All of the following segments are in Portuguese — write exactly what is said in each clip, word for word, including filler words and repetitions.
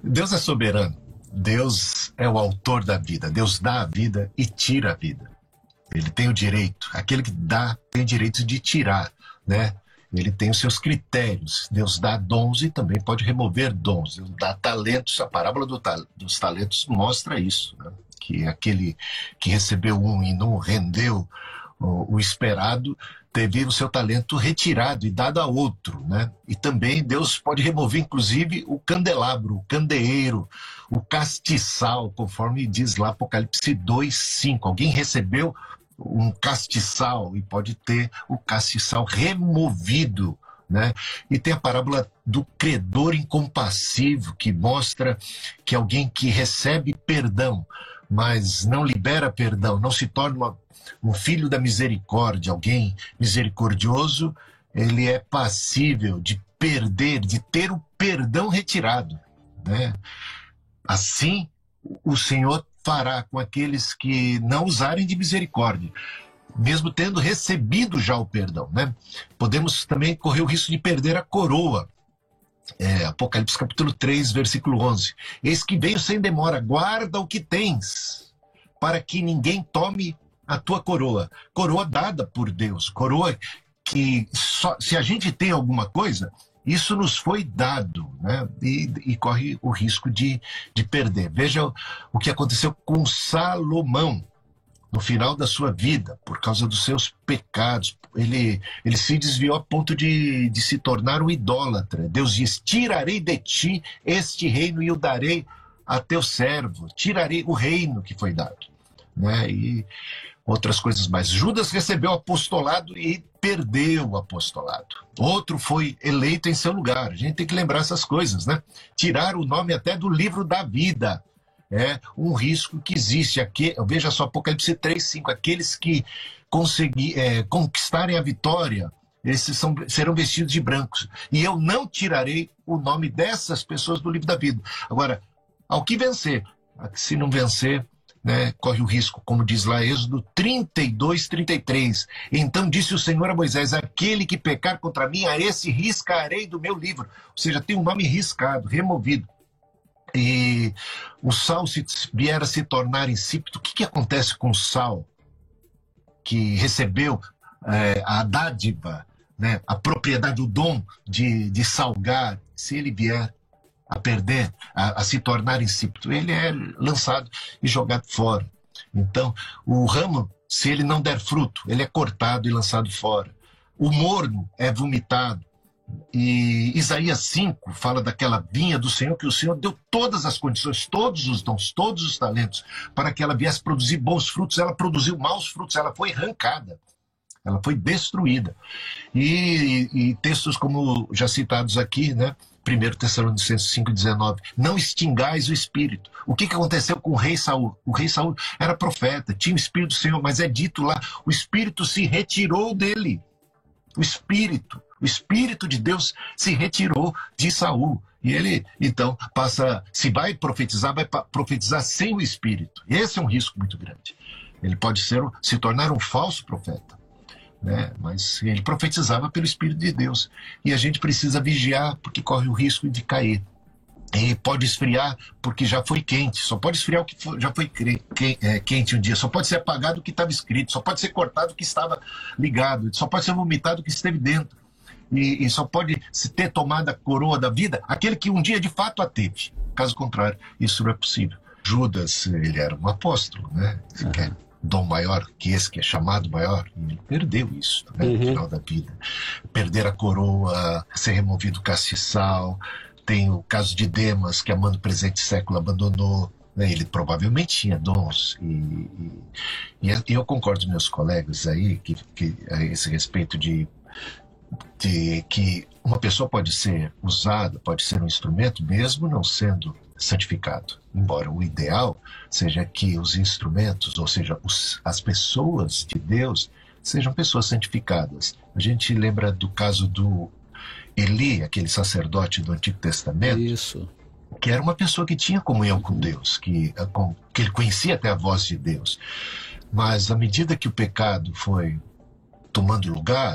Deus é soberano. Deus é o autor da vida. Deus dá a vida e tira a vida. Ele tem o direito. Aquele que dá tem o direito de tirar, né? Ele tem os seus critérios. Deus dá dons e também pode remover dons. Deus dá talentos. A parábola do ta dos talentos mostra isso, né? Que aquele que recebeu um e não rendeu o, o esperado, teve o seu talento retirado e dado a outro, né? E também Deus pode remover, inclusive, o candelabro, o candeeiro, o castiçal, conforme diz lá Apocalipse dois, cinco. Alguém recebeu um castiçal e pode ter o castiçal removido, né? E tem a parábola do credor incompassivo, que mostra que alguém que recebe perdão, mas não libera perdão, não se torna uma, um filho da misericórdia, alguém misericordioso, ele é passível de perder, de ter o perdão retirado, né? Assim, o Senhor fará com aqueles que não usarem de misericórdia, mesmo tendo recebido já o perdão, né? Podemos também correr o risco de perder a coroa. É, Apocalipse capítulo três, versículo onze. Eis que venho sem demora, guarda o que tens, para que ninguém tome a tua coroa. Coroa dada por Deus, coroa que só, se a gente tem alguma coisa, isso nos foi dado, né? E, e corre o risco de, de perder. Veja o que aconteceu com Salomão no final da sua vida, por causa dos seus pecados. Ele, ele se desviou a ponto de, de se tornar um idólatra. Deus diz: tirarei de ti este reino e o darei a teu servo. Tirarei o reino que foi dado, né? E outras coisas mais. Judas recebeu o apostolado e perdeu o apostolado. Outro foi eleito em seu lugar. A gente tem que lembrar essas coisas, né? Tirar o nome até do livro da vida. É um risco que existe. Aqui, veja só, Apocalipse três, cinco. Aqueles que conseguir, é, conquistarem a vitória, esses são, serão vestidos de brancos. E eu não tirarei o nome dessas pessoas do livro da vida. Agora, ao que vencer, se não vencer, né, corre o risco, como diz lá Êxodo trinta e dois, trinta e três. Então disse o Senhor a Moisés: aquele que pecar contra mim, a esse riscarei do meu livro. Ou seja, tem um nome riscado, removido. E o sal, se vier a se tornar insípido, o que, que acontece com o sal que recebeu é, a dádiva, né, a propriedade, o dom de, de salgar? Se ele vier a perder, a, a se tornar insípido, ele é lançado e jogado fora. Então, o ramo, se ele não der fruto, ele é cortado e lançado fora. O morno é vomitado. E Isaías cinco fala daquela vinha do Senhor, que o Senhor deu todas as condições, todos os dons, todos os talentos, para que ela viesse produzir bons frutos. Ela produziu maus frutos, ela foi arrancada, ela foi destruída. E, e, e textos como já citados aqui, né? primeiro Tessalonicenses cinco, dezenove. Não extingais o espírito. O que, que aconteceu com o rei Saul? O rei Saul era profeta, tinha o espírito do Senhor, mas é dito lá, o espírito se retirou dele. O espírito, o espírito de Deus se retirou de Saul. E ele, então, passa, se vai profetizar, vai profetizar sem o espírito. Esse é um risco muito grande. Ele pode ser, se tornar um falso profeta, né? Mas ele profetizava pelo Espírito de Deus. E a gente precisa vigiar, porque corre o risco de cair. E pode esfriar porque já foi quente. Só pode esfriar o que foi, já foi quente um dia. Só pode ser apagado o que estava escrito. Só pode ser cortado o que estava ligado. Só pode ser vomitado o que esteve dentro. E, e só pode se ter tomado a coroa da vida aquele que um dia de fato a teve. Caso contrário, isso não é possível. Judas, ele era um apóstolo, né? Uhum. Quer dom maior que esse, que é chamado maior, e ele perdeu isso, né? Uhum. No final da vida. Perder a coroa, ser removido o castiçal. Tem o caso de Demas, que amando o presente século abandonou, né? Ele provavelmente tinha dons. E, e, e eu concordo com meus colegas aí, que, que a esse respeito de, de que uma pessoa pode ser usada, pode ser um instrumento, mesmo não sendo santificado. Embora o ideal seja que os instrumentos, ou seja, os, as pessoas de Deus, sejam pessoas santificadas. A gente lembra do caso do Eli, aquele sacerdote do Antigo Testamento. Isso. Que era uma pessoa que tinha comunhão com Deus, que, com, que ele conhecia até a voz de Deus. Mas à medida que o pecado foi tomando lugar,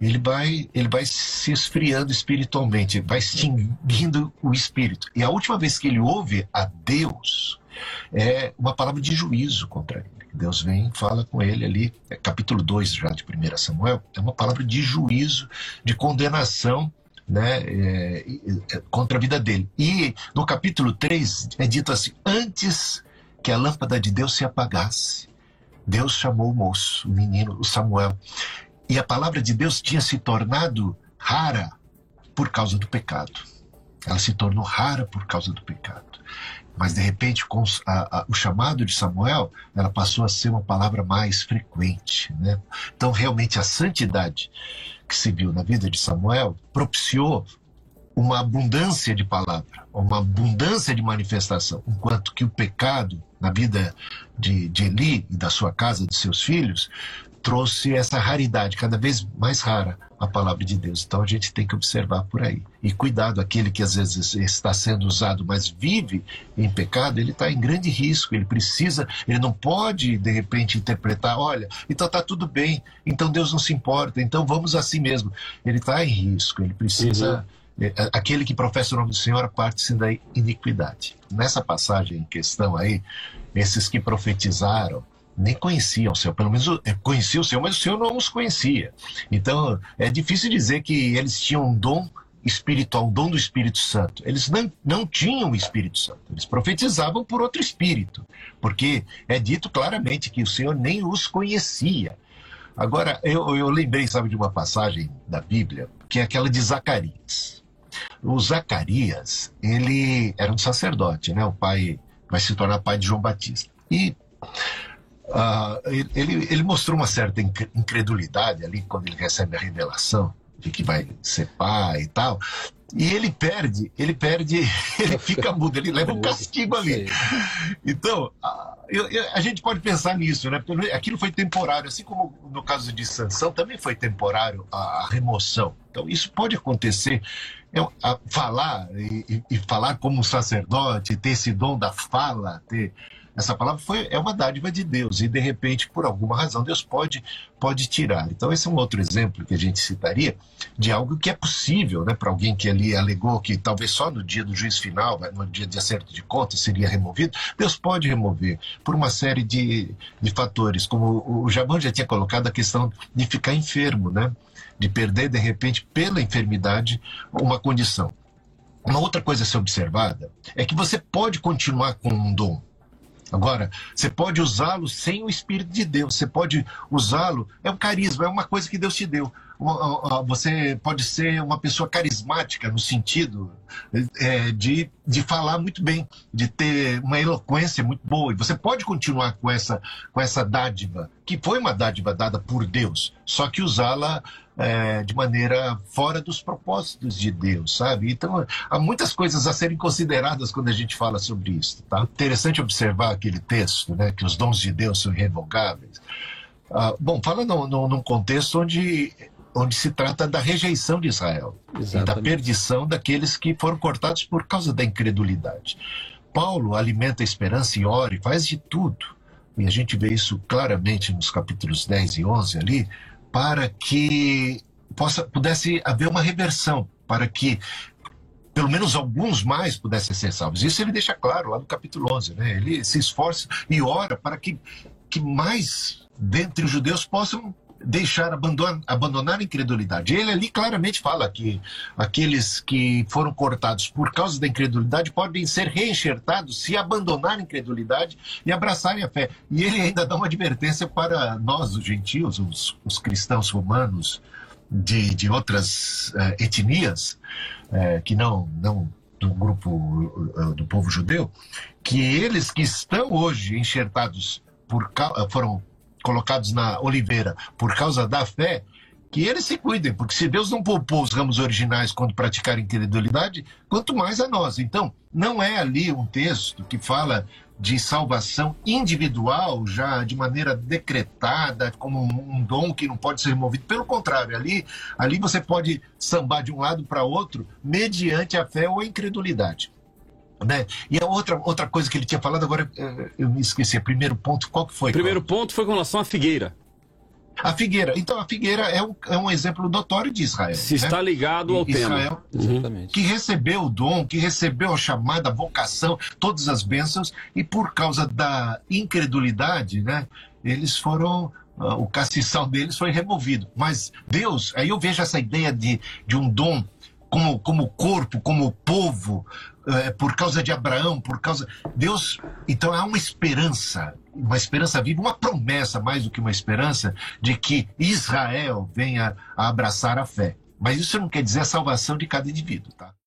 ele vai, ele vai se esfriando espiritualmente, vai extinguindo o espírito. E a última vez que ele ouve a Deus é uma palavra de juízo contra ele. Deus vem e fala com ele ali, é capítulo dois já de primeiro Samuel, é uma palavra de juízo, de condenação, né, é, é, contra a vida dele. E no capítulo três é dito assim: antes que a lâmpada de Deus se apagasse, Deus chamou o moço, o menino, o Samuel. E a palavra de Deus tinha se tornado rara por causa do pecado. Ela se tornou rara por causa do pecado. Mas, de repente, com a, a, o chamado de Samuel, ela passou a ser uma palavra mais frequente, né? Então, realmente, a santidade que se viu na vida de Samuel propiciou uma abundância de palavra, uma abundância de manifestação, enquanto que o pecado na vida de, de Eli e da sua casa, dos seus filhos, trouxe essa raridade, cada vez mais rara, a palavra de Deus. Então a gente tem que observar por aí. E cuidado, aquele que às vezes está sendo usado, mas vive em pecado, ele está em grande risco, ele precisa, ele não pode de repente interpretar, olha, então está tudo bem, então Deus não se importa, então vamos assim mesmo. Ele está em risco, ele precisa... Uhum. Aquele que professa o nome do Senhor parte-se da iniquidade. Nessa passagem em questão aí, esses que profetizaram nem conheciam o Senhor, pelo menos conheciam o Senhor, mas o Senhor não os conhecia. Então é difícil dizer que eles tinham um dom espiritual, um dom do Espírito Santo. Eles não, não tinham o Espírito Santo, eles profetizavam por outro espírito, porque é dito claramente que o Senhor nem os conhecia. Agora, eu, eu lembrei, sabe, de uma passagem da Bíblia, que é aquela de Zacarias. O Zacarias, ele era um sacerdote, né? O pai vai se tornar pai de João Batista. E Uh, ele, ele mostrou uma certa incredulidade ali quando ele recebe a revelação de que vai ser pai e tal, e ele perde, ele perde, ele fica mudo, ele leva um castigo ali. Então, a, eu, a gente pode pensar nisso, né? Porque aquilo foi temporário, assim como no caso de Sansão também foi temporário a, a remoção. Então, isso pode acontecer. É, a, falar e, e falar como um sacerdote, ter esse dom da fala, ter essa palavra foi, é uma dádiva de Deus, e de repente, por alguma razão, Deus pode, pode tirar. Então esse é um outro exemplo que a gente citaria de algo que é possível, né, para alguém que ali alegou que talvez só no dia do juízo final, no dia de acerto de contas, seria removido. Deus pode remover por uma série de, de fatores, como o Jabão já tinha colocado, a questão de ficar enfermo, né, de perder de repente pela enfermidade uma condição. Uma outra coisa a ser observada é que você pode continuar com um dom. Agora, você pode usá-lo sem o Espírito de Deus, você pode usá-lo, é um carisma, é uma coisa que Deus te deu. Você pode ser uma pessoa carismática no sentido é, de, de falar muito bem, de ter uma eloquência muito boa. E você pode continuar com essa, com essa dádiva, que foi uma dádiva dada por Deus, só que usá-la é, de maneira fora dos propósitos de Deus, sabe? Então, há muitas coisas a serem consideradas quando a gente fala sobre isso, tá? Interessante observar aquele texto, né, que os dons de Deus são irrevogáveis. Ah, bom, fala num, num, num contexto onde... onde se trata da rejeição de Israel. Exatamente. E da perdição daqueles que foram cortados por causa da incredulidade. Paulo alimenta a esperança e ora e faz de tudo, e a gente vê isso claramente nos capítulos dez e onze ali, para que possa, pudesse haver uma reversão, para que pelo menos alguns mais pudessem ser salvos. Isso ele deixa claro lá no capítulo onze, né? Ele se esforça e ora para que, que mais dentre os judeus possam deixar, abandonar, abandonar a incredulidade. Ele ali claramente fala que aqueles que foram cortados por causa da incredulidade podem ser reenxertados se abandonarem a incredulidade e abraçarem a fé. E ele ainda dá uma advertência para nós, os gentios, os, os cristãos romanos de, de outras uh, etnias, uh, que não, não do grupo uh, do povo judeu, que eles que estão hoje enxertados por, foram colocados na oliveira por causa da fé, que eles se cuidem, porque se Deus não poupou os ramos originais quando praticarem incredulidade, quanto mais a nós. Então, não é ali um texto que fala de salvação individual, já de maneira decretada, como um dom que não pode ser removido. Pelo contrário, ali, ali você pode sambar de um lado para outro mediante a fé ou a incredulidade. Né? E a outra, outra coisa que ele tinha falado, agora eu me esqueci, o primeiro ponto, qual que foi? O primeiro ponto foi com relação à figueira. A figueira. Então, a figueira é um, é um exemplo notório de Israel. Se né? está ligado ao Israel, tema. Exatamente. que recebeu o dom, que recebeu a chamada, a vocação, todas as bênçãos, e por causa da incredulidade, né, eles foram, uh, o castiçal deles foi removido. Mas Deus, aí eu vejo essa ideia de, de um dom como, como corpo, como povo, uh, por causa de Abraão, por causa... Deus, então há uma esperança, uma esperança viva, uma promessa, mais do que uma esperança, de que Israel venha a abraçar a fé. Mas isso não quer dizer a salvação de cada indivíduo, tá?